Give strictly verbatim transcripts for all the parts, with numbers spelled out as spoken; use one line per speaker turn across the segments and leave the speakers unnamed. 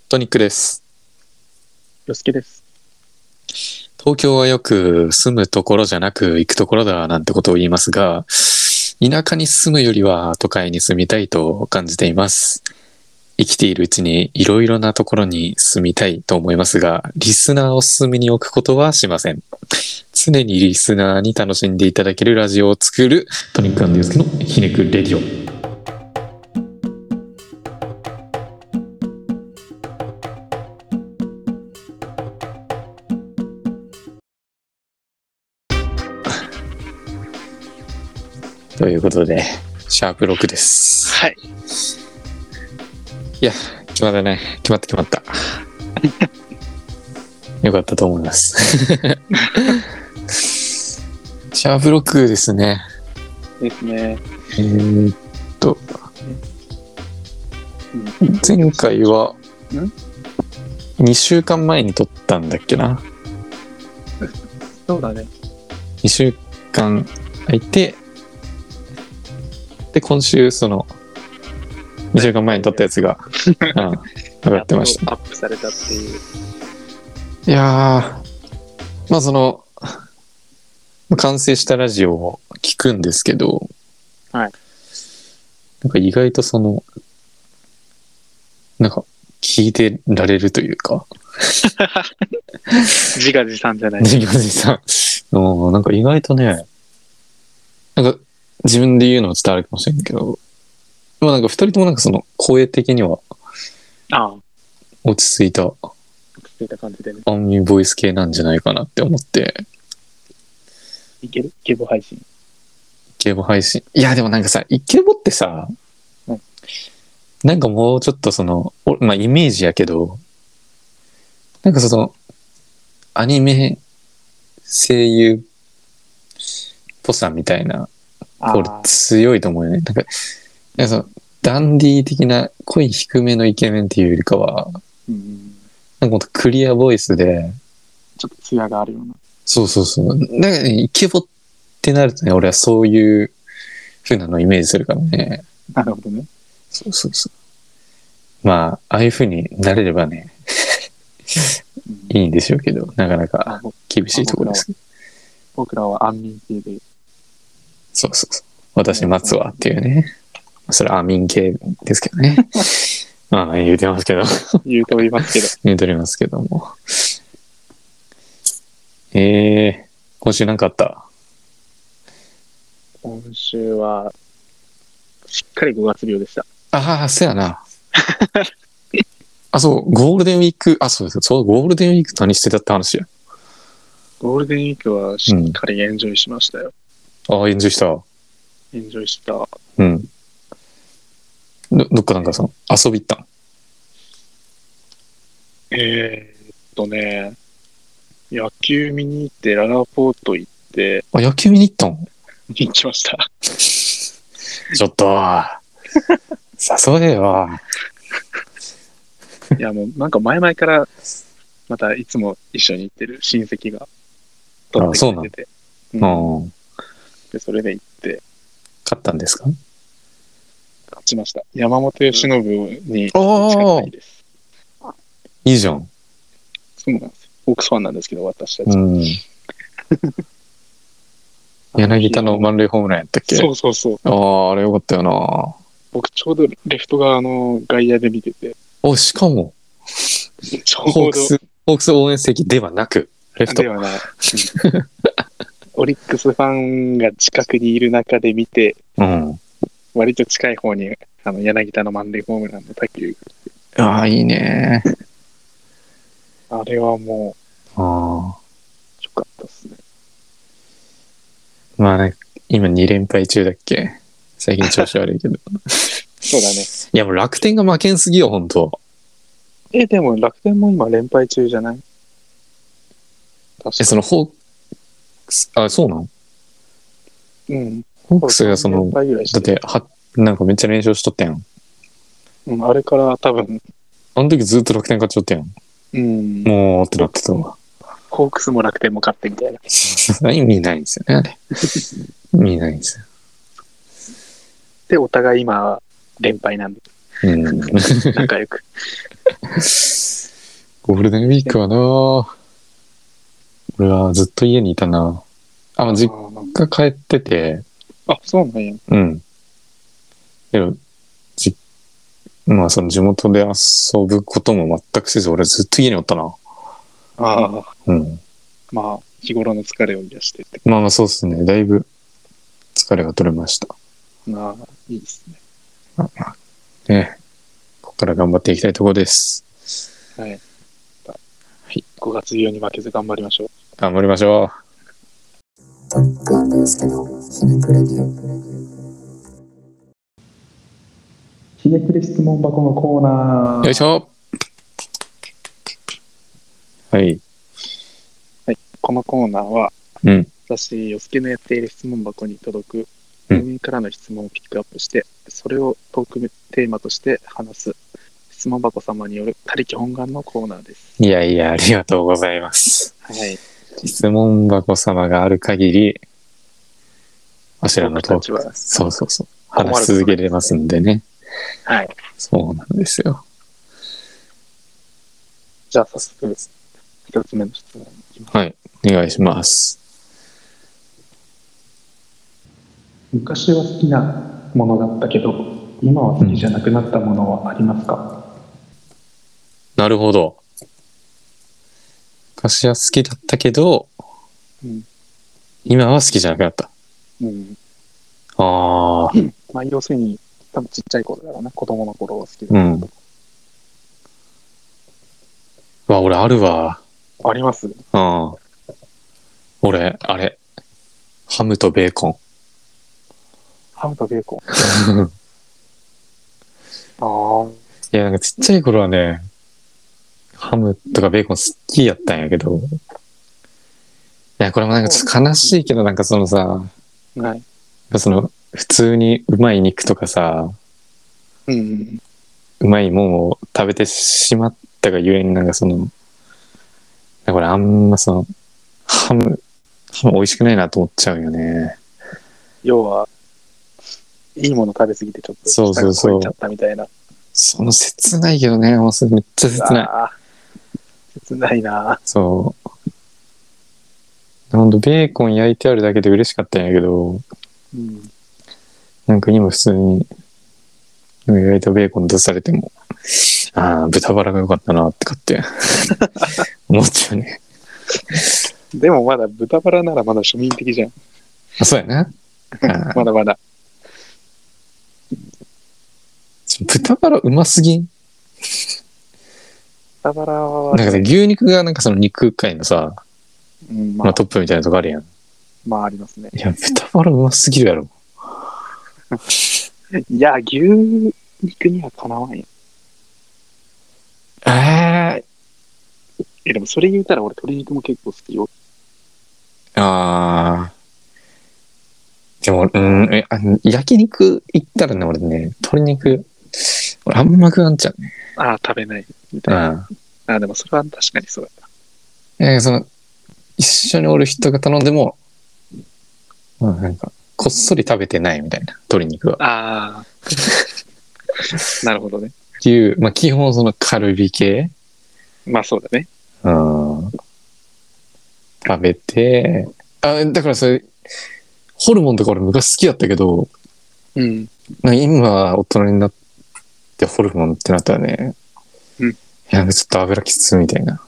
トニックです。
よすけです。
東京はよく住むところじゃなく行くところだなんてことを言いますが、田舎に住むよりは都会に住みたいと感じています。生きているうちにいろいろなところに住みたいと思いますが、リスナーを住みに置くことはしません。常にリスナーに楽しんでいただけるラジオを作るトニック&ユースケのひねくレディオ。ということでシャープろくです。
はい。
いや決まったね。決まった決まったよかったと思いますシャープろくですね。
ですね。
えー、っと前回はにしゅうかんまえに撮ったんだっけな。
そうだね。
にしゅうかん空いて、で今週そのにしゅうかんまえに撮ったやつが、うん、上がってました、ね、
アップされたっていう。
いやー、まあその完成したラジオを聞くんですけど、
はい。
なんか意外とそのなんか聞いてられるというか
自画自賛じゃない。
自画自賛のなんか意外とね、なんか自分で言うのは伝わるかもしれんけど、でもなんかふたりともなんかその声的には
ああ、
落ち着いた
落ち着いた感じでね。
アンミボイス系なんじゃないかなって思って。
いける？イケボ配信。イ
ケボ配信。いやでもなんかさ、イケボってさ、うん、なんかもうちょっとその、まあイメージやけど、なんかそのアニメ声優っぽさみたいな、これ強いと思うよね。なんか、なんかそのダンディー的な声低めのイケメンっていうよりかは、うん、なんかもっとクリアボイスで、
ちょっと艶があるような。そう
そうそう。なんかね、イケボってなるとね、俺はそういう風なのをイメージするからね。
なるほどね。
そうそうそう。まあ、ああいう風になれればね、いいんでしょうけど、なかなか厳しいところです。
僕らは安眠系で。
そうそうそう。私、松はっていうね。それは安眠系ですけどね。まあ、言うてますけど。
言うておりますけど。
言うておりますけども。えー、今週なんかあった？
今週は、しっかりごがつ病でした。
ああ、そうやな。あ、そう、ゴールデンウィーク、あ、そうです。そう、ゴールデンウィーク何してたって話や。
ゴールデンウィークはしっかりエンジョイしましたよ。
うん、ああ、エンジョイした。
エンジョイした。
うん。ど、どっかなんかその、遊び行ったん？
えー、っとね、野球見に行って、ララポート行って。
あ、野球見に行ったん？
行きました。
ちょっと、誘えよ。
いや、もうなんか前々から、またいつも一緒に行ってる親戚が取ってくれてて。
うん、うん。
で、それで行って。
勝ったんですか？
勝ちました。山本由伸に近いです。
いいじゃん。
そうなんですよ。ホークスファンなんですけど、私たち。うん、
柳田の満塁ホームランやったっけ？
そうそうそう。
ああ、あれよかったよな。
僕ちょうどレフト側の外野で見てて。
お、しかも
ちょうど
ホークス、ホークス応援席ではなくレフト
ではない。オリックスファンが近くにいる中で見て、うん、割と近い方にあの柳田の満塁ホームランの打球が。
ああ、いいね。
あれはもう、ああ、よかったっすね。
まあね、今に連敗中だっけ？最近調子悪いけど。
そうだね。
いやもう楽天が負けんすぎよ、本当。
え、でも楽天も今連敗中じゃない？
え、そのホークス、あ、そうなの？
うん。
ホークスがその、だっては、なんかめっちゃ連勝しとったやん。
うん、あれから多分。
あの時ずっと楽天勝っちゃったやん。うん。もうってなってたわ。
ホークスも楽天も勝ってみたいな。
意味ないんですよね、あれ。意味ないんですよ。
で、お互い今、連敗なんで。うん。仲良く。
ゴールデンウィークはな、俺はずっと家にいたな。あ、まあ、実家帰ってて。
あ、そうなんや。
うん。けど、じ、まあその地元で遊ぶことも全くせず、俺ずっと家におったな。
ああ。
うん。
まあ、日頃の疲れを癒してって。
まあまあそうですね。だいぶ疲れが取れました。
まあ、いいですね。
まあまあ、ね。ここから頑張っていきたいところです。
はい。はい、ごがつ病に負けず頑張りましょう。
頑張りましょう。
トリック&ユースケのひねくれデュー。ひねくれ質問箱のコーナー。
よいしょ。はい。
はい。このコーナーは、
うん、
私、よすけのやっている質問箱に届く住民からの質問をピックアップして、うん、それをトークテーマとして話す質問箱様による他力本願のコーナーです。
いやいや、ありがとうございます。
はい。
質問箱様がある限り、わしらのトークは、そうそうそう、話し続けれますんでね。
はい。
そうなんですよ。
じゃあ早速、一つ目の質問いきます。
はい、お願いします。
昔は好きなものだったけど、今は好きじゃなくなったものはありますか？
うん、なるほど。昔は好きだったけど、うん、今は好きじゃなくなった。うん、ああ、
うん。まあ要するに、多分ちっちゃい頃だろうな、子供の頃は好きだった。うん。
わ、俺あるわ。
あります？うん。
俺、あれ。ハムとベーコン。
ハムとベーコンああ。
いや、なんかちっちゃい頃はね、ハムとかベーコン好きやったんやけど、いや、これもなんかちょっと悲しいけど、なんかそのさ、はい。その、普通にうまい肉とかさ、うん。うまいもんを食べてしまったがゆえになんかその、これあんまその、ハム、ハム美味しくないなと思っちゃうよね。
要は、いいもの食べ過ぎてちょっと
そうそうそう。
ちゃったみたいな。
その切ないけどね、もうそれめっちゃ切ない。
切ないな。
そう。ほんとベーコン焼いてあるだけで嬉しかったんやけど、うん、なんか今普通に焼いたベーコン出されても、ああ、豚バラが良かったなってかって思っちゃうね。
でもまだ豚バラならまだ庶民的じゃん。
あ、そうやな。
まだまだ。
豚バラうますぎん？
豚バラは、
ね、なんかさ、牛肉がなんかその肉界のさ、うんまあ、まあトップみたいなとこあるやん。
まあありますね。
いや、豚バラうますぎるやろ。
いや、牛肉にはかなわんよ。
えー、
え、でもそれ言うたら俺鶏肉も結構好きよ。
あー。でも、うん、え、あ焼肉行ったらね、俺ね、鶏肉、俺あんま食わんちゃうね。
ああ、食べないみたいな。うん、ああ、でもそれは確かにそう
やな。えー、その、一緒におる人が頼んでも、まあなんか、こっそり食べてないみたいな、鶏肉は。
ああ。なるほどね。
牛、まあ基本そのカルビ系。
まあそうだね。
うん。食べて、あ、だからそれ、ホルモンとか俺昔好きだったけど、うん。なんか今大人になってホルモンってなったらね、うん。いや、ちょっと油きつみたいな。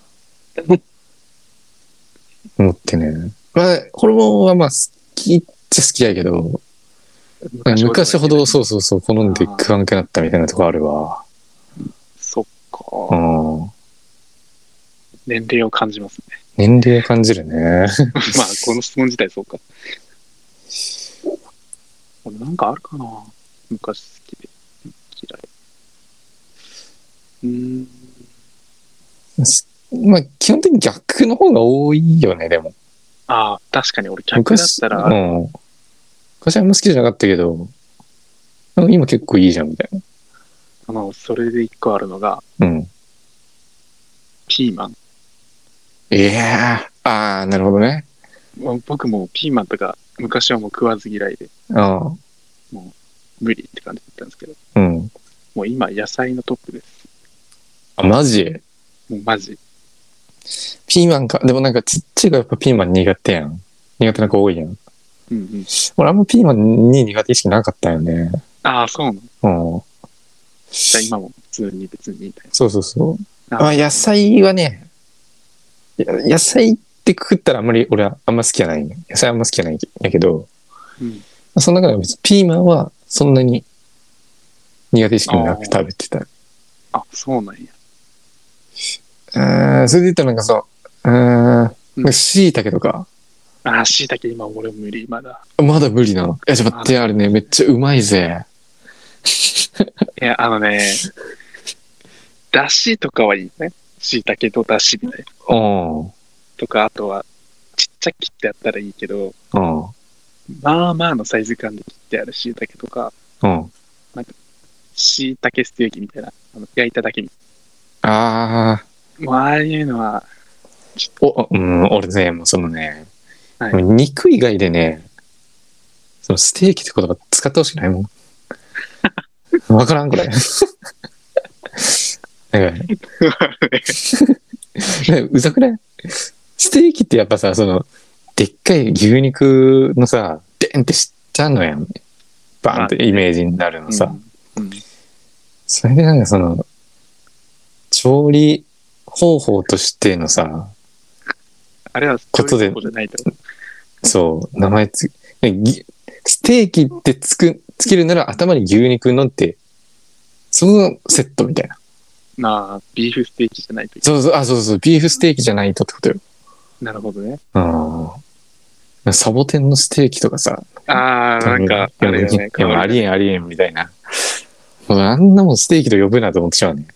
思ってね。まあ、ホルモンはまあ好きっちゃ好きやけど、昔 ほ, 昔ほどそうそうそう好んで食わんくなったみたいなとこあるわ。
そっか。うん。年齢を感じますね。
年齢を感じるね。まあ、
この質問自体そうか。俺なんかあるかな、昔好きで嫌い。
うーん。まあ、基本的に逆の方が多いよね、でも。
ああ、確かに俺逆だったら。
うん。昔はあんま好きじゃなかったけど、今結構いいじゃん、みたいな。
あの、それで一個あるのが、うん。ピーマン。
いやー、ああ、なるほどね。
僕もピーマンとか昔はもう食わず嫌いで、ああ、もう無理って感じだったんですけど、うん。もう今野菜のトップです。
あ、マジ？
もうマジ。
ピーマンか。でもなんかちっちゃいがやっぱピーマン苦手やん。苦手な子多いやん。
うんうん。
俺あんまピーマンに苦手意識なかったよね。
ああ、そうなの。
うん。
じゃあ今も普通に別にみたい
そうそうそう。
な。
あ、野菜はね、野菜ってくくったらあんまり俺はあんま好きじゃない、ね。野菜あんま好きじゃないんやけど、
うん、
その中でも別にピーマンはそんなに苦手意識なく食べてた。
あ、そうなんや。
あーそれで言ったらなんかそう、あー椎茸とか。
ああ、椎茸今俺無理、まだ。
まだ無理なの？いや、ちょっと待って、あれね、めっちゃうまいぜ。
いや、あのね、だしとかはいいね。椎茸とだしみたいな。
うん。
とか、あとは、ちっちゃく切ってやったらいいけど、
うん。
まあまあのサイズ感で切ってある椎茸とか、
うん。
なんか、椎茸ステーキみたいな、あの焼いただけみたい
ああ。
な。もうああいうのは、
お、うん、俺ね、もうそのね、
はい、
肉以外でね、そのステーキって言葉使ってほしくないもん。わからんこれ。なんかうざくない？ステーキってやっぱさ、その、でっかい牛肉のさ、デンってしちゃうのやん。バーンってイメージになるのさ。
うんうん、
それでなんかその、調理方法としてのさ、
あれは
ことで、
じゃないと
そう、名前つ、ステーキってつく、つけるなら頭に牛肉のって、そのセットみたいな。
まあ、ビーフステーキじゃないといけ
そうそう、あ、そうそう、ビーフステーキじゃないとってことよ。
なるほどね。
ああ。サボテンのステーキとかさ。
ああ、なんか、あれよね。
いや、ありえんありえんみたいな。あんなもんステーキと呼ぶなと思ってしまうね。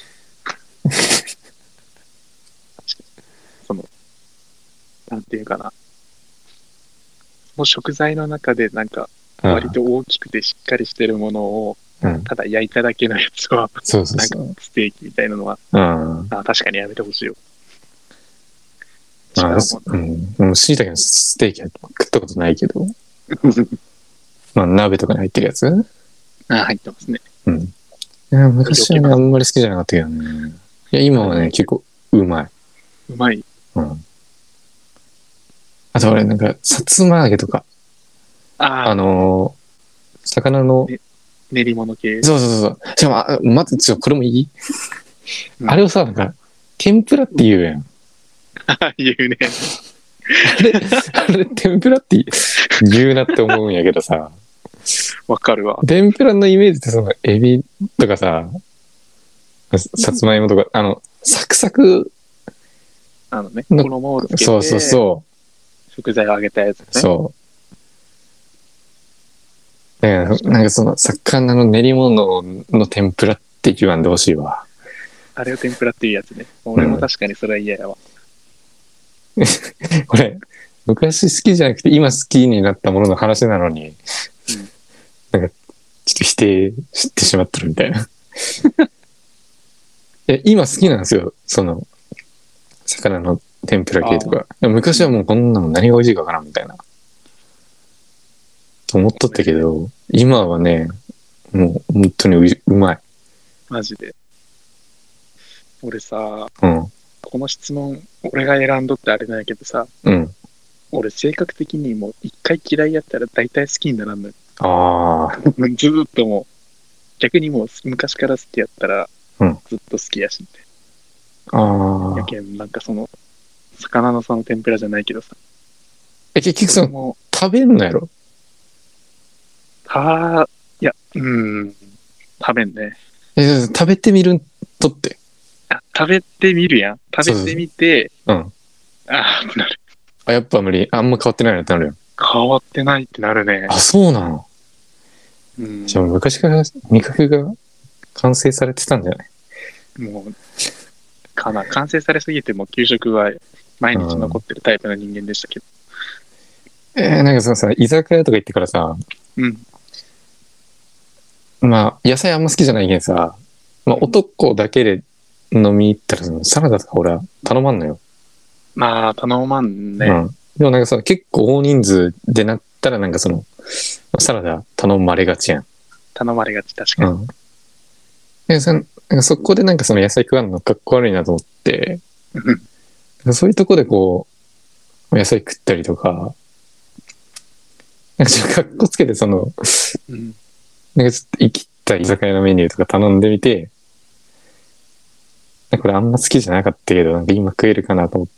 その、なんていうかな。もう食材の中でなんか、割と大きくてしっかりしてるものを、うん、ただ焼いただけのやつは、そうそうそう、なんかステーキみたいなのは、うん、あ確かにやめてほしいよ。
違うもん、うん。椎茸のステーキは食ったことないけど。まあ、鍋とかに入ってるやつ？
あ入ってますね。
うん。いや、昔はね、あんまり好きじゃなかったけどね。いや、今はね、結構、うまい。
うまい。
うん。あと俺、なんか、さつま揚げとか。あ、あのー、魚の、
ね、練り物系。
そうそうそう。しかも、あまず、ちょ、これもいい、うん、あれをさ、なんか、天ぷらって言うやん。
言うね。
あれ、あれ、天ぷらって言うなって思うんやけどさ。
わかるわ。
天ぷらのイメージってその、エビとかさ、さつまいもとか、あの、サクサク。
あのね、衣をつけて。
そうそうそう。
食材を揚げたやつね。
そう。だから、なんかその、魚の練り物の天ぷらって言わんでほしいわ。
あれを天ぷらっていうやつね。俺も確かにそれは嫌やわ。
うん、これ、昔好きじゃなくて今好きになったものの話なのに、うん、なんか、ちょっと否定してしまってるみたいな。え今好きなんですよ、その、魚の天ぷら系とか。昔はもうこんなの何が美味しいかわからんみたいな。と思っとったけど、今はね、もう本当に う, うまい。
マジで。俺さ、
うん、
この質問、俺が選んどってあれなんやけどさ、
うん、
俺性格的にもう一回嫌いやったら大体好きにならんのよ。
ああ。
ずっともう、逆にもう昔から好きやったら、ずっと好きやしみたい
な。ああ。
やけん、なんかその、魚のその天ぷらじゃないけどさ。
え、結局その、食べんのやろ？
た、いや、うん、食べんね。
え、食べてみるとって。
あ、食べてみるやん。食べてみて、
そうそうそう、うん。
ああ、ってなる。
あ、やっぱ無理。あんま変わってないなってなるよ。
変わってないってなるね。
あ、そうなの？うん。じゃあ昔から味覚が完成されてたんじゃない？
もう、かな。完成されすぎても給食は毎日残ってるタイプの人間でしたけど。
うん、えー、なんかそのさ、居酒屋とか行ってからさ、
うん。
まあ、野菜あんま好きじゃないけんさ、まあ、男だけで飲み行ったら、サラダとか俺は頼まんのよ。
まあ、頼まんね。
うん。でもなんかさ、結構大人数でなったらなんかその、サラダ頼まれがちやん。
頼まれがち、確かに。うん、
でそなんかそこでなんかその野菜食わんのかっこ悪いなと思って、そういうとこでこう野菜食ったりとか、なんかちょっとかっこつけてその、うん、なんかちょっと生きた居酒屋のメニューとか頼んでみて、これあんま好きじゃなかったけどなんか今食えるかなと思って、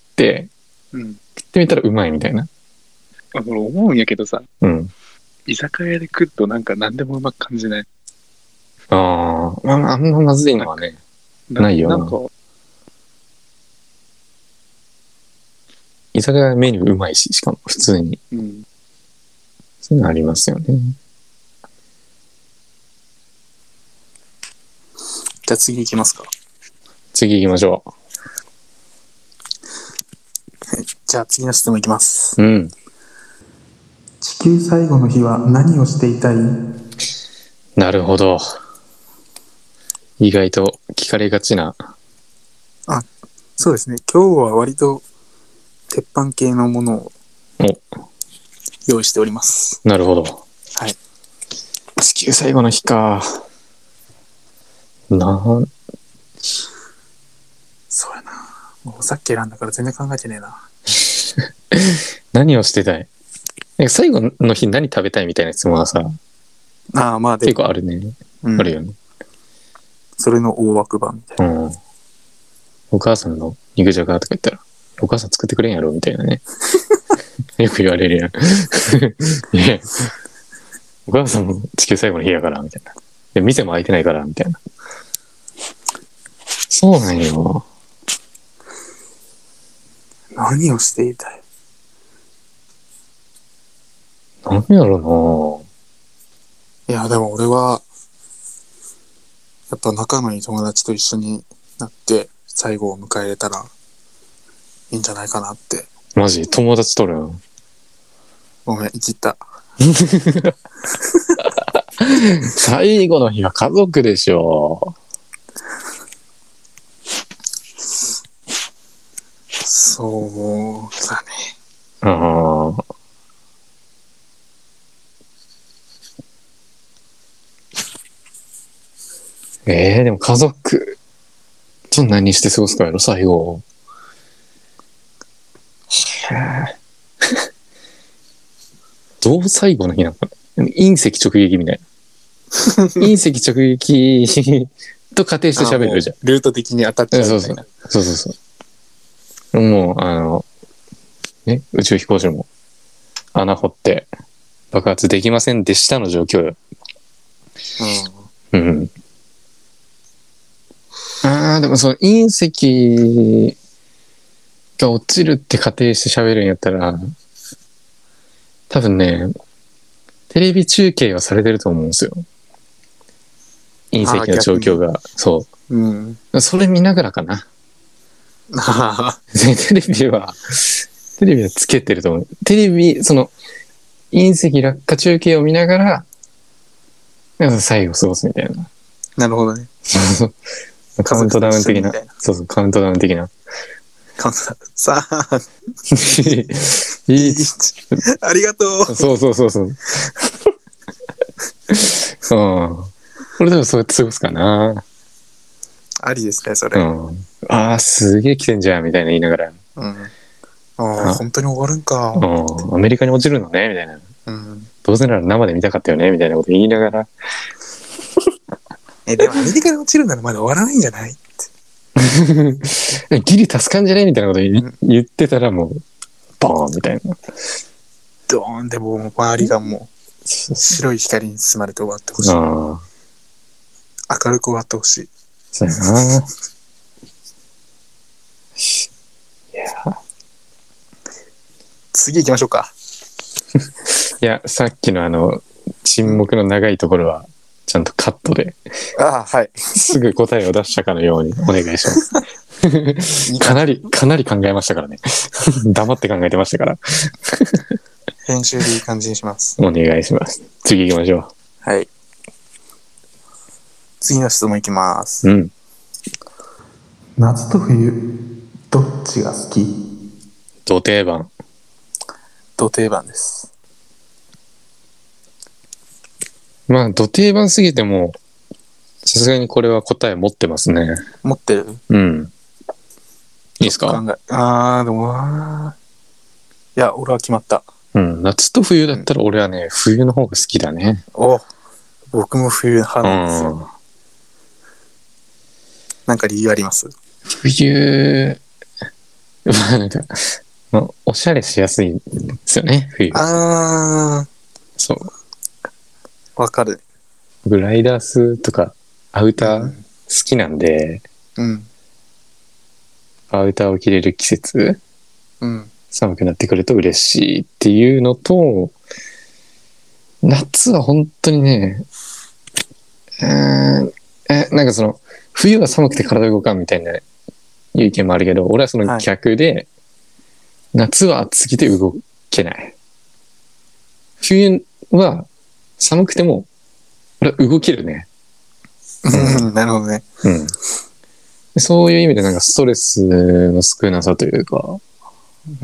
うん、食ってみたらうまいみたいな。
あ、俺思うんやけどさ、
うん、
居酒屋で食うとなんか何でもうまく感じない。
ああ、まああんままずいのはねな、ないよな。なんか居酒屋メニューうまいし、しかも普通に、うん、そういうのありますよね。
じゃあ次行きますか。
次行きましょう。
はい、じゃあ次の質問いきます。
うん。
地球最後の日は何をしていたい？
なるほど。意外と聞かれがちな。
あ、そうですね。今日は割と鉄板系のものを用意しております。
なるほど。
はい。
地球最後の日か。なん。
そうやな。もうさっき選んだから全然考えてねえな。
何をしてたい？最後の日何食べたいみたいな質問はさ、
ああまあで
結構あるね、うん、あるよね。
それの大枠版みたいな、うん、
お母さんの肉じゃがとか言ったらお母さん作ってくれんやろみたいなねよく言われるやんいやお母さんも地球最後の日やからみたいな、で店も開いてないからみたいな。そうなんよ。
何をしていたい？
何やろ
な。いやでも俺はやっぱ仲のいい友達と一緒になって最後を迎えれたらいいんじゃないかなって。
マジ友達とるん？
ごめんいじった
最後の日は家族でしょ。
そうだね。
ああ。えー、でも家族と何して過ごすかやろ最後。どう最後の日なのかな。隕石直撃みたいな。隕石直撃と仮定して喋るじゃん。
ルート的に当たっちゃうみたいな。
そうそうそうそう。もうあのね宇宙飛行士も穴掘って爆発できませんでしたの状況よ。うん。うん。ああでもその隕石が落ちるって仮定して喋るんやったら多分ねテレビ中継はされてると思うんですよ。隕石の状況が。そう、うん、それ見ながらかなテレビはテレビはつけてると思う。テレビその隕石落下中継を見ながらなんか最後過ごすみたいな。
なるほどね。
カウントダウン的な。そうそう、カウントダウン的な。
カウントダウン。さあ。いい。ありがとう。
そうそうそうそう。うん。俺でもそうやって過ごすかな。
ありですね、それ。うん、
ああ、すげえ来てんじゃん、みたいな言いながら。うん。
ああ、本当に終わるんか。
うん。アメリカに落ちるのね、みたいな。うん。どうせなら生で見たかったよね、みたいなこと言いながら。
え、でもアメリカに落ちるならまだ終わらないんじゃない
ってギリ助かんじゃねみたいなこと言ってたらもうボーンみたいな。
ドーンでもう周りがもう白い光に包まれて終わってほしい。明るく終わってほしい。
そうやな。いや
次行きましょうか。
いやさっきのあの沈黙の長いところはちゃんとカットで、
あ、はい、
すぐ答えを出したかのようにお願いしますかなりかなり考えましたからね黙って考えてましたから
編集でいい感じにします。
お願いします。次行きましょう。
はい、次の質問いきます。うん。
夏と冬どっちが好き？
ど定番。
ど定番です。ま
あど定番すぎてもさすがにこれは答え持ってますね。
持ってる？
うん。いいですか？
考えあー、でもなー。いや、俺は決まった。
うん。夏と冬だったら俺はね、冬の方が好きだね。
お、僕も冬派なんですよ。うん、なんか理由あります？
冬、まあなんか、まあ、おしゃれしやすいんですよね、冬。
あー。
そう。
わかる。
僕ライダースとかアウター好きなんで、
うん。
アウターを着れる季節、
うん、
寒くなってくると嬉しいっていうのと、夏は本当にね、うーん、え、なんかその、冬は寒くて体動かんみたいないう意見もあるけど、俺はその逆で、はい、夏は暑すぎて動けない。冬は寒くても、俺は動けるね。
うん、なるほどね。
うん。そういう意味でなんかストレスの少なさというか、
うん。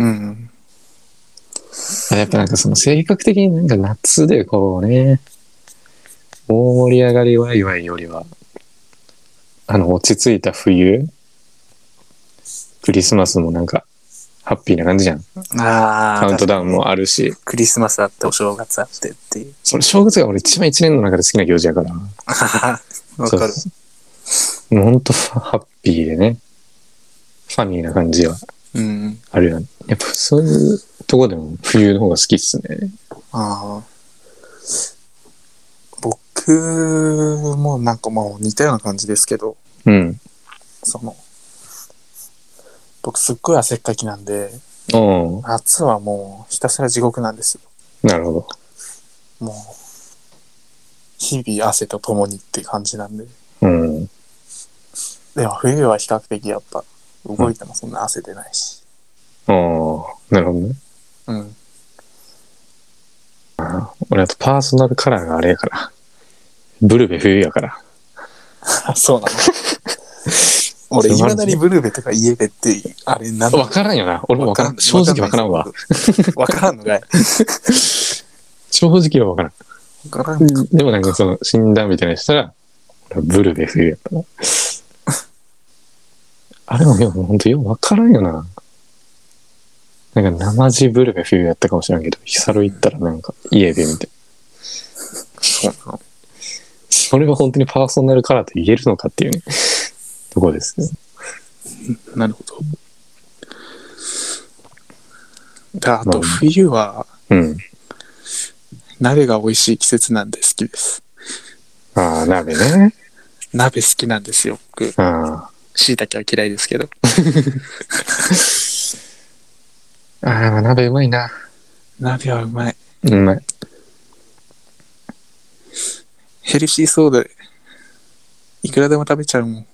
やっぱなんかその性格的になんか夏でこうね、大盛り上がりワイワイよりは、あの落ち着いた冬、クリスマスもなんかハッピーな感じじゃん。
ああ。
カウントダウンもあるし。
クリスマスあってお正月あってっていう。
それ正月が俺一番一年の中で好きな行事やから。
わかる。
もうほんとハッピーでね、ファニーな感じはあるよね。うん、やっぱそういうとこでも冬の方が好きっすね。
ああ。僕もなんかもう似たような感じですけど、
うん。
その、僕すっごい汗っかきなんで、夏はもうひたすら地獄なんですよ。
なるほど。
もう、日々汗とともにって感じなんで。
うん。
でも冬は比較的やっぱ動いてもそんな汗出ないし。
ああ、なるほどね。
うん。
あ俺あとパーソナルカラーがあれやから。ブルベ冬やから。
そうなの俺いまだにブルベとかイエベってあれなんだ
分からんよな。俺も分からん。正直分からんわ。
分からんのかい。
正直は分からん。
分からんか。
でもなんかその診断みたいなしたら、俺はブルベ冬やったな。あれもよ、ほんとよく分からんよな。なんか生地ブルベ冬やったかもしれんけど、ヒサロ行ったらなんかイエベみたいな。
そうなの。
それは本当にパーソナルカラーと言えるのかっていうね。とこですね。
なるほど。で、あと冬は、
まあ、うん。
鍋が美味しい季節なんで好きです。
ああ、鍋ね。
鍋好きなんですよ、僕。
ああ。
椎茸は嫌いですけど。
ああ、鍋うまいな。
鍋はうまい。
うまい。
ヘルシーそうで、いくらでも食べちゃうもん。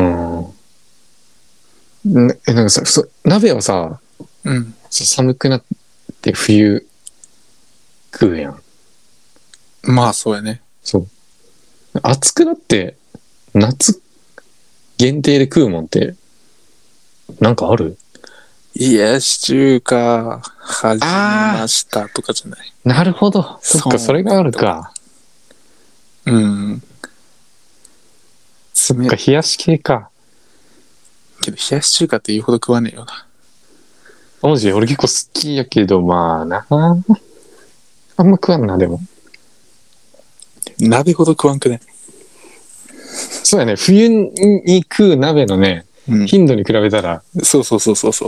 うん。え、なんかさ、そ鍋はさ、
うん。
寒くなって冬食うやん。
まあ、そうやね。
そう。暑くなって夏限定で食うもんって、なんかある？
いや、シチューか、始めましたとかじゃない。
なるほど。そっか、それがあるか。
うん。
そっか、冷やし系か。
けど、冷やし中華って言うほど食わねえよな。
マジで俺結構好きやけど、まあな。あんま食わんな、でも。
鍋ほど食わんくね。
そうやね。冬に食う鍋のね、うん、頻度に比べたら。
そうそうそうそうそう。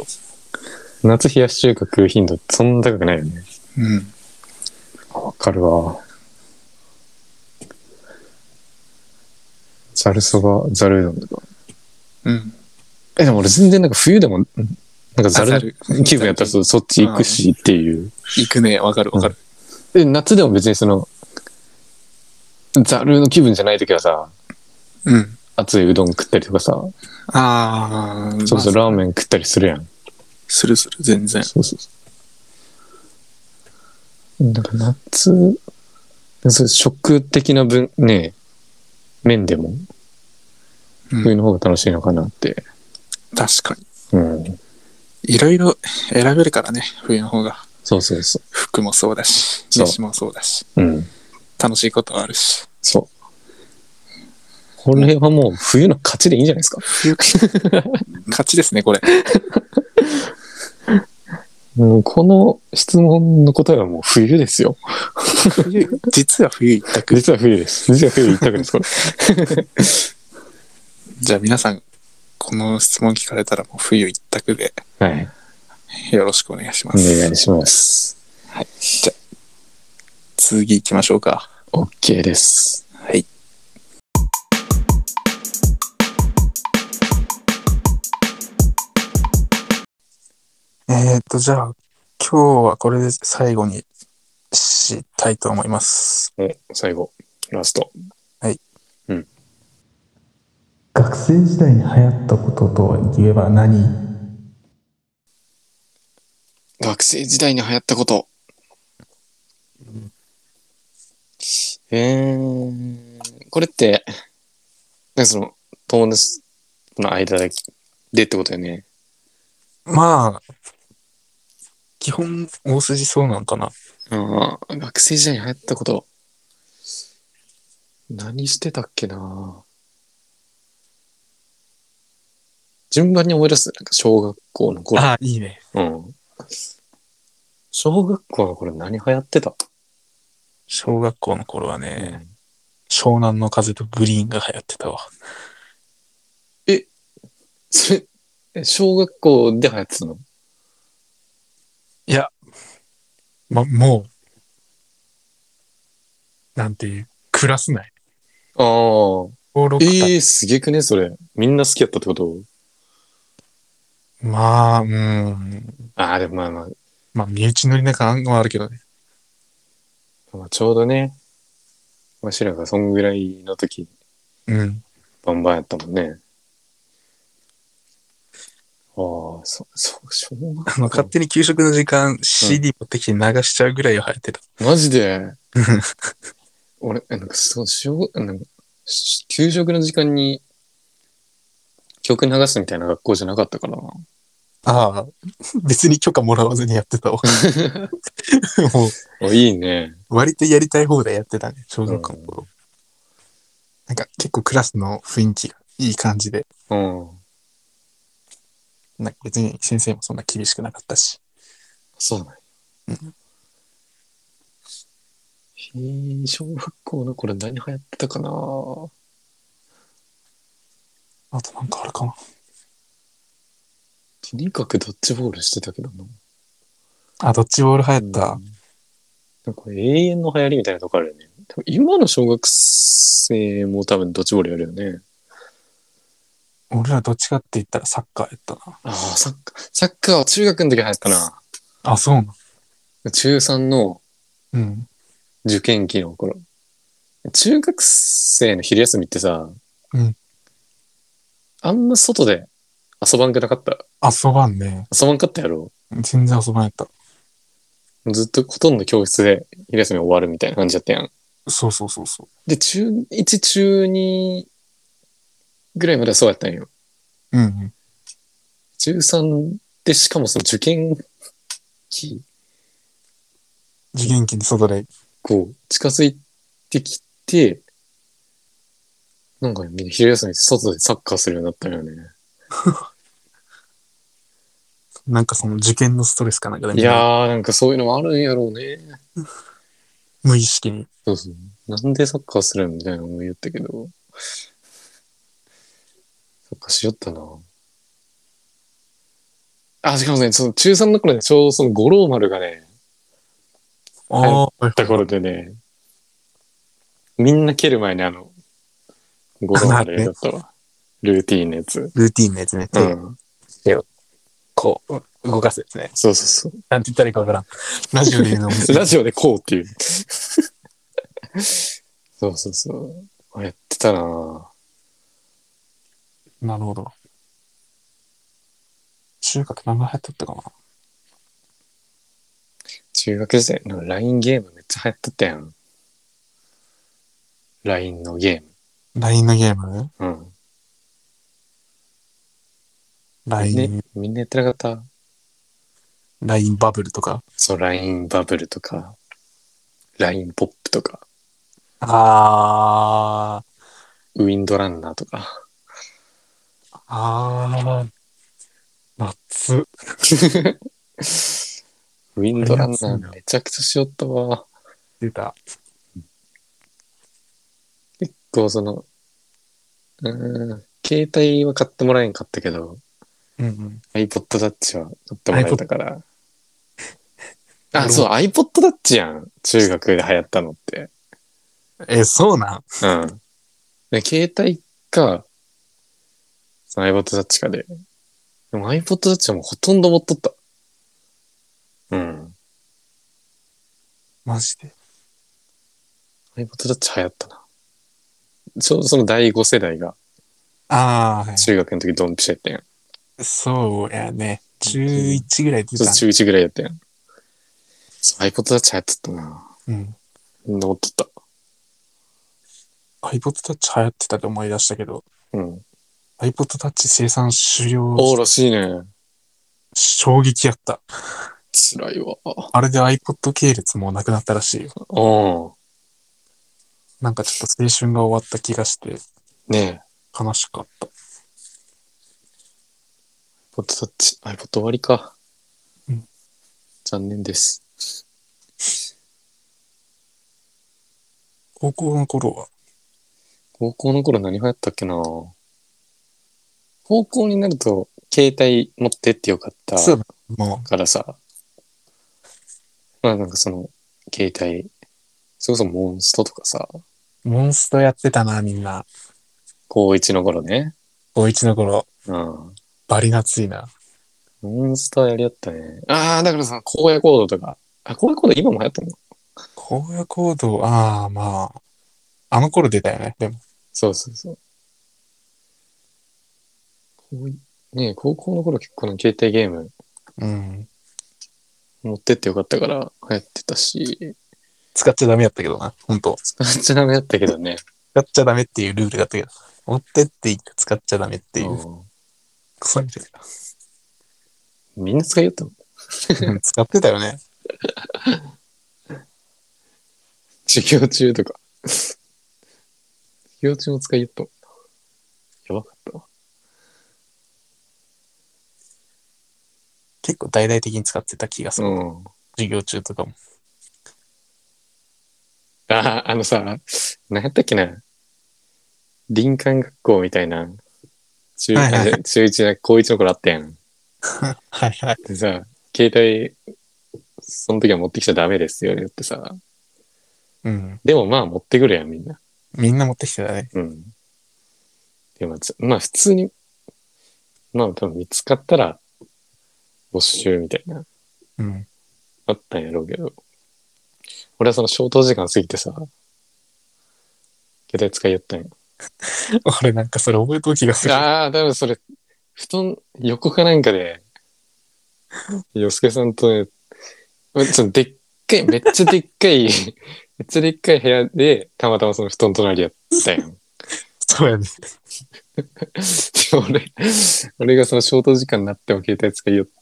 夏冷やし中華食う頻度ってそんな高くないよね。
うん。
わかるわ。ざるそば、ざるうどんとか。
うん。
え、でも俺全然なんか冬でも、なんかざる気分やったら そ, そっち行くしっていう。
行くね、わかるわかる。
うん、え、夏でも別にその、ざるの気分じゃないときはさ、
うん。
熱いうどん食ったりとかさ、
ああ、
そうそう、ラーメン食ったりするやん。
するする、全然。
そうそうそう。だから夏、そう食的な分ね、面でも、冬の方が楽しいのかなって。
うん、確か
に。うん。
いろいろ選べるからね、冬の方が。
そうそうそう。
服もそうだし、飯もそうだし。
うん。
楽しいことはあるし。
そう。 これはもう冬の勝ちでいいんじゃないですか。
冬勝ちですね、これ。
うん、この質問の答えはもう冬ですよ。
冬実は冬一択。
実は冬です。実は冬一択です、これ。
じゃあ皆さん、この質問聞かれたらもう冬一択で。
はい。
よろしくお願いしま
お
す。
願いします。
はい。じゃあ、次行きましょうか。
OK です。
はい。えーっと、じゃあ、今日はこれで最後にしたいと思います。
お、最後、ラスト。
はい。
うん。
学生時代に流行ったことといえば何？
学生時代に流行ったこと。えー、これって、なんかその、友達の間でってことよね。
まあ、基本大筋そうなのかな。
ああ、学生時代に流行ったこと。何してたっけな。順番に思い出す。なんか小学校の頃。
ああ、いいね。
うん。小学校の頃何流行ってた？
小学校の頃はね、
うん、
湘南の風とグリーンが流行ってたわ。
え、それ、え小学校で流行ってたの？
いや、ま、もう、なんていう、クラス内。
ああ。
登録
ええー、すげくね、それ。みんな好きやったってこと？
まあ、うん。
ああ、でもまあまあ、
まあ、身内乗りな感はあるけどね。
まあ、ちょうどね、わしらがそんぐらいの時、
うん。
バンバンやったもんね。ああ、そ、そ、小学
あの、勝
校。
手に給食の時間、シーディー 持ってきて流しちゃうぐらいは流行ってた。
マジで俺、えなんかそう、小学、なんか、し給食の時間に曲流すみたいな学校じゃなかったからな。
ああ、別に許可もらわずにやってたわ。も
お、いいね。
う、割とやりたい放題やってたね、小
う
学校の頃。
ん。
なんか結構クラスの雰囲気がいい感じで、
うん。
なんか別に先生もそんな厳しくなかったし。
そうなんや。
うん。
へえ、小学校の頃何流行ってたかな。と
あとなんかあるかな。
にかくドッジボールしてたけどな。
あ、ドッジボール流行っ
うん、
た。
なんか永遠の流行りみたいなとこあるよね。多分今の小学生も多分ドッジボールやるよね。
俺らどっちかって言ったらサッカーやったな。
ああ、サッカー、サッカーは中学の時流行ったな。
あ、そうなの。
中さんの
うん。
受験期の頃。中学生の昼休みってさ、
うん。
あんま外で遊ばんくなかった？
遊ばんね。
遊ばんかったやろ？
全然遊ばんやった。
ずっとほとんど教室で昼休み終わるみたいな感じだったやん。
そうそうそうそ
で、中いち、中にぐらいまではそうやったんよ。
う。うんうん。
中さんで、しかもその受験期、
受験期に外で。
こう、近づいてきて、なんかみんな昼休み外でサッカーするようになったよね。
なんかその受験のストレスかなんかで
い
みんな
やー、なんかそういうのもあるんやろうね。
無意識に。
そうそう。なんでサッカーするんみたいな思い言ったけど、サッカーしよったな。あ、しかもね、その中さんの頃ね、ちょうどその五郎丸がね、流行
ああ、
った頃でね、みんな蹴る前にあの、五郎丸やったわ。ルーティーンのやつ。
ルーティンのやつね。手を、
うん。
手をこう、動かすやつね。
そうそうそう。
なんて言ったらいいかわからん。ラジオで言うのも。
ラジオでこうっていう。そうそうそう。あやってたなぁ。
なるほど。中学何が流行っとったかな。
中学時代の ライン ゲームめっちゃ流行ってたやん。ライン のゲーム。
ライン のゲーム
うん。
ライン、
ね、みんなやってなかった？
ライン バブルとか。
そう、ライン バブルとか、ライン ポップとか。
あ
ウィンドランナーとか。
あー、夏。
ウィンドランナーめちゃくちゃしよったわ。
出た。
結構その、うん、携帯は買ってもらえんかったけど、
うんうん。
iPod Touch は買ってもらえたから。あ、
俺も
そう、iPod Touch やん。中学で流行ったのって。
え、そうなん？
うん。で携帯か、その iPod Touch かで。でも iPod Touch はもうほとんど持っとった。うん。
マジで。
iPod Touch 流行ったな。ちょうどそのだいご世代が
あー、はい。
中学の時ドンピシャやったやん。
そうやね。中いちぐらい出た。
ちょっと中いちぐらいやったやん。そう、iPod Touch 流行っとったな。
うん。
みんな持っとった。
iPod Touch 流行ってたって思い出したけど、
うん。
iPod Touch 生産終了、
おーらしいね。
衝撃やった。
辛いわ。
あれで iPod 系列もうなくなったらしいよ。
うん。
なんかちょっと青春が終わった気がして
ねえ。
悲しかった。
iPod Touch、iPod 終わりか。
うん。
残念です。
高校の頃は
高校の頃何流行ったっけな。高校になると携帯持ってってよかった
そうだ、も
からさ。まあなんかその携帯、それこそモンストとかさ、
う、モンストやってたな、みんな。
高一の頃ね。
高一の頃、
うん。
バリ夏いな。
モンストやりやったね。ああ、だからさ、荒野行動とか。あ、荒野行動今も流行ってんの？
荒野行動、ああ、まあ、あの頃出たよね、でも。
そうそうそう。こうねえ、高校の頃結構の携帯ゲーム
うん。
持ってってよかったから流行ってたし、
使っちゃダメやったけどな、ほんと。
使っちゃダメだったけどね。
使っちゃダメっていうルールだったけど、持ってって言って使っちゃダメっていう。
うん
クソみたい
みんな使いよったもん。
な。うん使ってたよね。
授業中とか。授業中も使いよったもん。やばかったわ。
結構大々的に使ってた気がする。
うん。
授業中とかも。
ああ、あのさ、何やったっけな。林間学校みたいな。中、
はいはいはい
あ中一な、高一の頃あったやん。
はいはい。
でさ、携帯、その時は持ってきちゃダメですよ、言ってさ。
うん。
でもまあ持ってくるやん、みんな。
みんな持ってきてたね。
うん。でも、まあ普通に、まあ多分見つかったら、没収みたいな、
うん。
あったんやろうけど。俺はその消灯時間過ぎてさ、携帯使いよったんや。
俺なんかそれ覚えとる気がする。
ああ、多分それ、布団、横かなんかで、洋介さんとね、ちょっとでっかい、めっちゃでっかい、めっちゃでっかい部屋で、たまたまその布団隣やったやん。
そうやね。
で俺、俺がその消灯時間になっても携帯使いよって、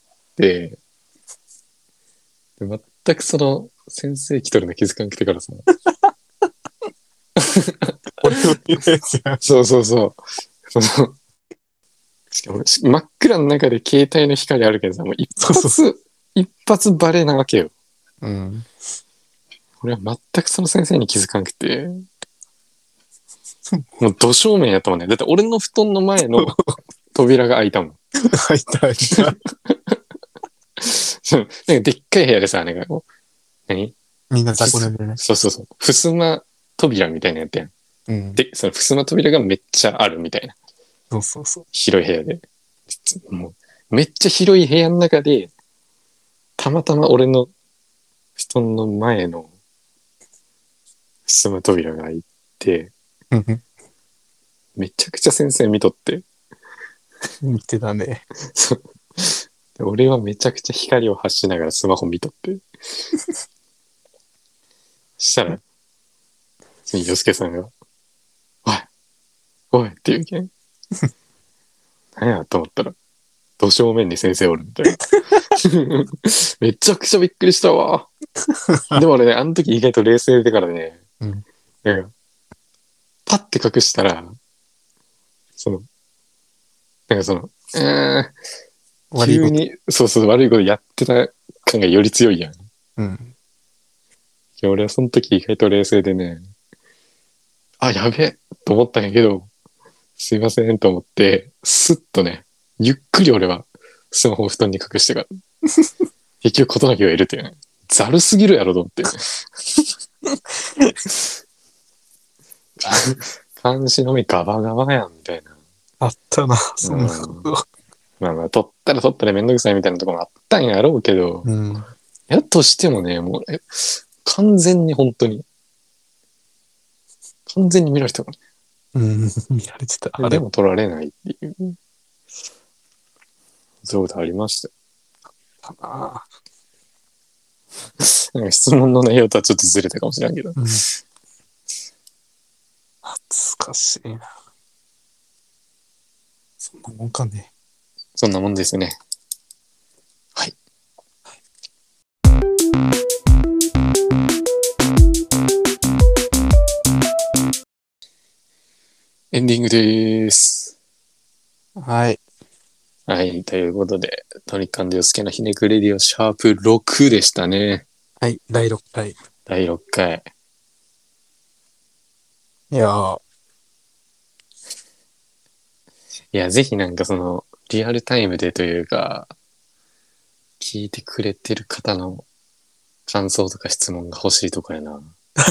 で全くその先生来とるの気づかんくてからさ。
俺の言うやつや。
そうそうそう。そのしかも真っ暗の中で携帯の光あるけどさ、もう一発、
そうそ
一発バレなわけよ。
うん。
俺は全くその先生に気づかんくて、もう土正面やったもんね。だって俺の布団の前の扉が開いたもん。
入った入った。
そうなんかでっかい部屋でさ、なんかこう、何
みんな雑魚寝でね。
そうそうそう。襖扉みたいなやつやん。
うん。
で、その襖扉がめっちゃあるみたいな。
そうそうそう。
広い部屋で。もう、めっちゃ広い部屋の中で、たまたま俺の布団の前の襖扉が開いて、
うん
めちゃくちゃ先生見とって。
見てたね。
そうで俺はめちゃくちゃ光を発しながらスマホ見とって。したら、その洋介さんが、おいおいって言うけん。何やと思ったら、土正面に先生おるみたいな。めちゃくちゃびっくりしたわ。でも俺ね、あの時意外と冷静でからね、
うん
なんかパッて隠したら、 その、なんかその、うーん、
悪いこと。
急に、そうそう、悪いことやってた感がより強いやん。
うん。
いや俺はその時意外と冷静でね、あ、やべえと思ったんやけど、すいませんと思って、スッとね、ゆっくり俺はスマホを布団に隠してから、結局事なきを得るっていうね。ざるすぎるやろと思って。監視のみガバガバやんみたいな。
あったな、そんなこと。
まあまあ、取ったら取ったらめんどくさいみたいなところもあったんやろうけど、
うん。
やとしてもね、もう、え完全に本当に、完全に見られてたか
うん、見られてた。
ら。
あれ
でも取られないっていう。そういうことありました。
かな。
なんか質問の内容とはちょっとずれたかもしれんけど。
うん。懐かしいな。そんなもんかね。
そんなもんですね。はい。エンディングです。
はい。
はい。ということで、トニック&ヨスケのひねくレディオシャープろくでしたね。
はい。だいろっかい。
だいろっかい。
いやー。
いや、ぜひなんかその、リアルタイムでというか、聞いてくれてる方の感想とか質問が欲しいとかやな。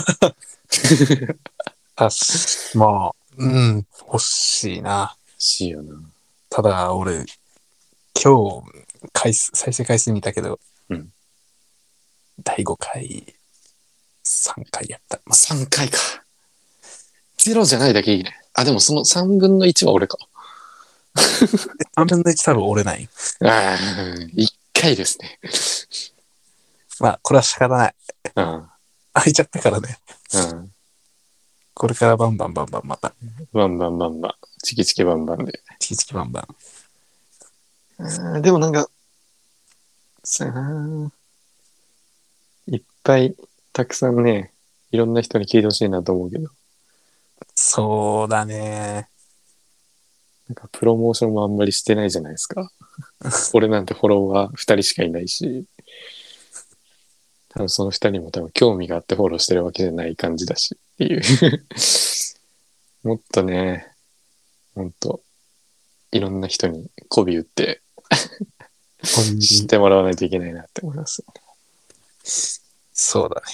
たし、まあ、うん、欲しいな。
欲しいよな。
ただ、俺、今日、回数、再生回数見たけど、
うん。
だいごかい、さんかいやった。まあ、
さんかいか。ゼロじゃないだけいいね。あ、でもそのさんぶんのいちは俺か。
さんぶんのいち多分折れない。
ああ、いっかいですね。
まあ、これは仕方ない。
うん。
開いちゃったからね。
うん。
これからバンバンバンバンまた。
バンバンバンバン。チキチキバンバンで。
チキチキバンバン。
あでもなんか、さあ、いっぱい、たくさんね、いろんな人に聞いてほしいなと思うけど、
そうだね。
なんかプロモーションもあんまりしてないじゃないですか。俺なんてフォロワーふたりしかいないし、多分そのふたりも多分興味があってフォローしてるわけじゃない感じだしっていう。もっとね、ほんと、いろんな人に媚び打って知ってもらわないといけないなって思います。
そうだね。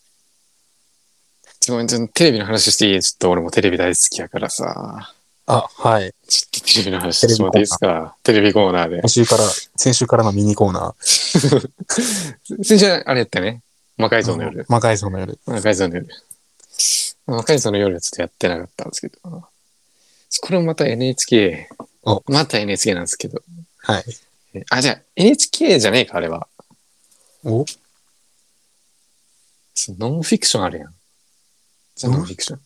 ちょ、ちょ、テレビの話していい？ちょっと俺もテレビ大好きやからさ。
あ、はい。
ちょっとテレビの話してもらっていいですか？テレビコーナーで。
先週から、先週からのミニコーナ
ー。先週あれやったね。魔改造の夜。
魔改造の夜。
魔改造の夜。魔改造の夜はちょっとやってなかったんですけど。これもまた エヌエイチケー。
お
また エヌエイチケー なんですけど。
はい。
あ、じゃあ エヌエイチケー じゃねえか、あれは。
お
ノンフィクションあるやん。ザ・ノンフィクション。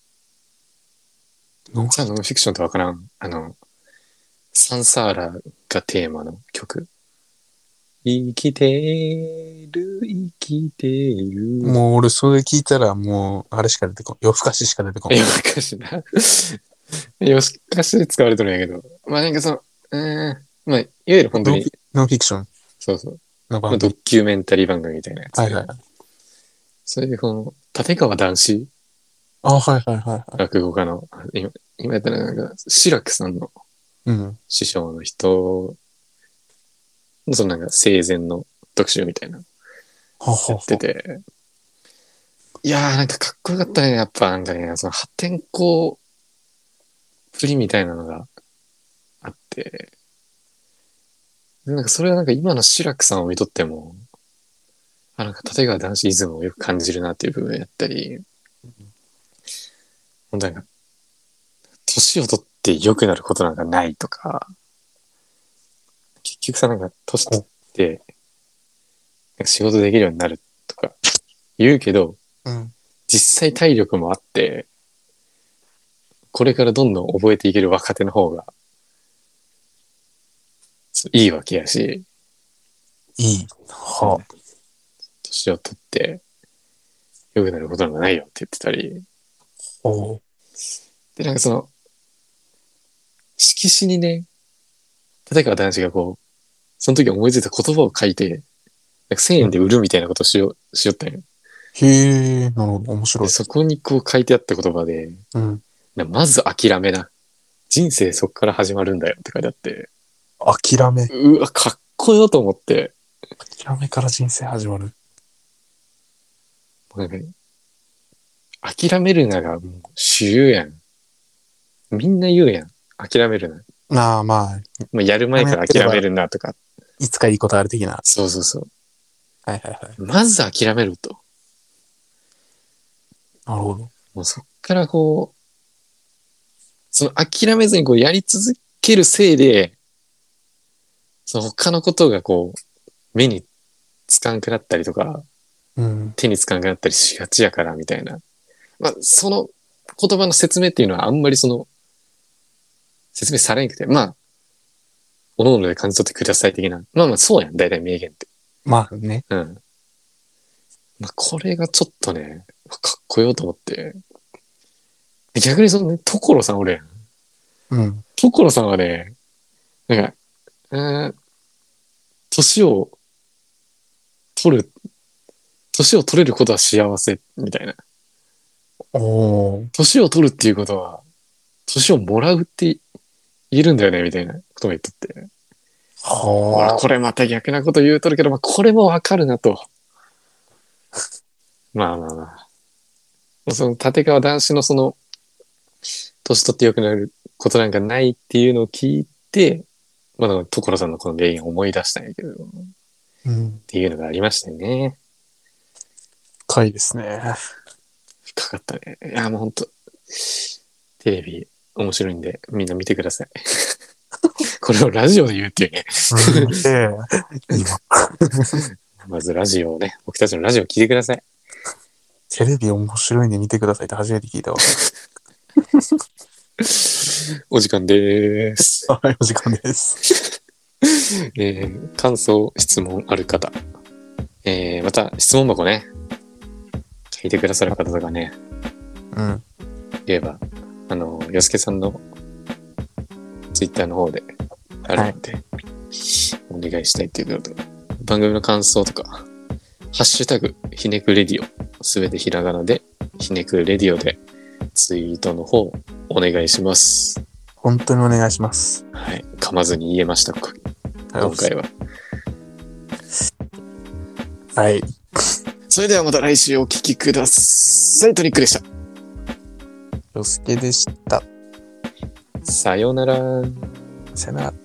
ザ・ノンフィクションってわからん。あの、サンサーラがテーマの曲。生きてる、生きてる。
もう俺それ聞いたらもう、あれしか出てこん。夜更かししか出てこん。
夜更かしな。夜更かしで使われてるんやけど。まあなんかその、うーん、まあ、いわゆる本当に。
ノンフィクション。
そうそう。
の番
まあ、ドキュメンタリー番組みたいなやつ。
はいはい。
それでこの、立川談志。
あ、はいはいはい、はい。
落語家の、今、今やったらなんか、志らくさんの師匠の人の、そのなんか生前の特集みたいな、やってて、いやーなんかかっこよかったね、やっぱなんかね、その破天荒プリみたいなのがあって、なんかそれはなんか今の志らくさんを見とっても、あ、なんか立川談志イズムをよく感じるなっていう部分やったり、本当なんか、年を取って良くなることなんかないとか、結局さ、なんか年取って、仕事できるようになるとか言うけど、
うん、
実際体力もあって、これからどんどん覚えていける若手の方が、いいわけやし、
いい。はあ。
年を取って良くなることなんかないよって言ってたり、
お
で、なんかその、 色紙にね、立川談志がこう、その時思いついた言葉を書いて、なんかせんえんで売るみたいなことをしよう、しよったんよ。
へえ、なるほど、面白い。
そこにこう書いてあった言葉で、
うん、
まず諦めな。人生そこから始まるんだよって書いてあって。
諦め。
うわ、かっこよと思って。
諦めから人生始まる。
なんか諦めるながもう主流やん。みんな言うやん。諦めるな。
まあまあ。
もうやる前から諦めるなとか。
いつかいいことある的な。
そうそうそう。
はいはいはい。
まず諦めると。
なるほど。
もうそっからこう、その諦めずにこうやり続けるせいで、その他のことがこう、目につかんくなったりとか、
うん、
手につかんくなったりしがちやからみたいな。まあ、その言葉の説明っていうのはあんまりその、説明されんくて、まあ、おのおので感じ取ってください的な。まあまあ、そうやん、大体名言って。
まあね。
うん。まあ、これがちょっとね、かっこよと思って。逆にそのね、所さん俺、
うん。
所さんはね、なんか、うーん、年を取る、年を取れることは幸せ、みたいな。
おー。
年を取るっていうことは、年をもらうって言えるんだよね、みたいなことも言っとって。
はあ。
これまた逆なこと言うとるけど、まあ、これもわかるなと。まあまあまあ。その立川談志のその、年取って良くなることなんかないっていうのを聞いて、まだ所さんのこの名言を思い出したんやけど、
うん。
っていうのがありましたよね。
深いですね。
深かったね。いや、もうほんと、テレビ面白いんで、みんな見てください。これをラジオで言うっていうね。
うん、ええ、今。
まずラジオをね、僕たちのラジオ聞いてください。
テレビ面白いんで見てくださいって初めて聞いたわ。
お時間でーす。
はい、お時間です。
えー、感想、質問ある方。えー、また質問箱ね、聞いてくださる方とかね、
うん。
いれば、あの、よすけさんのツイッターの方であるので、はい、お願いしたいということで、番組の感想とか、ハッシュタグ、ひねくレディオ、すべてひらがなで、ひねくレディオで、ツイートの方、お願いします。
本当にお願いします。
はい。噛まずに言えました、今回は。
はい。
それではまた来週お聞きください。トニックでした。
よすけでした。
さようなら。
さよなら。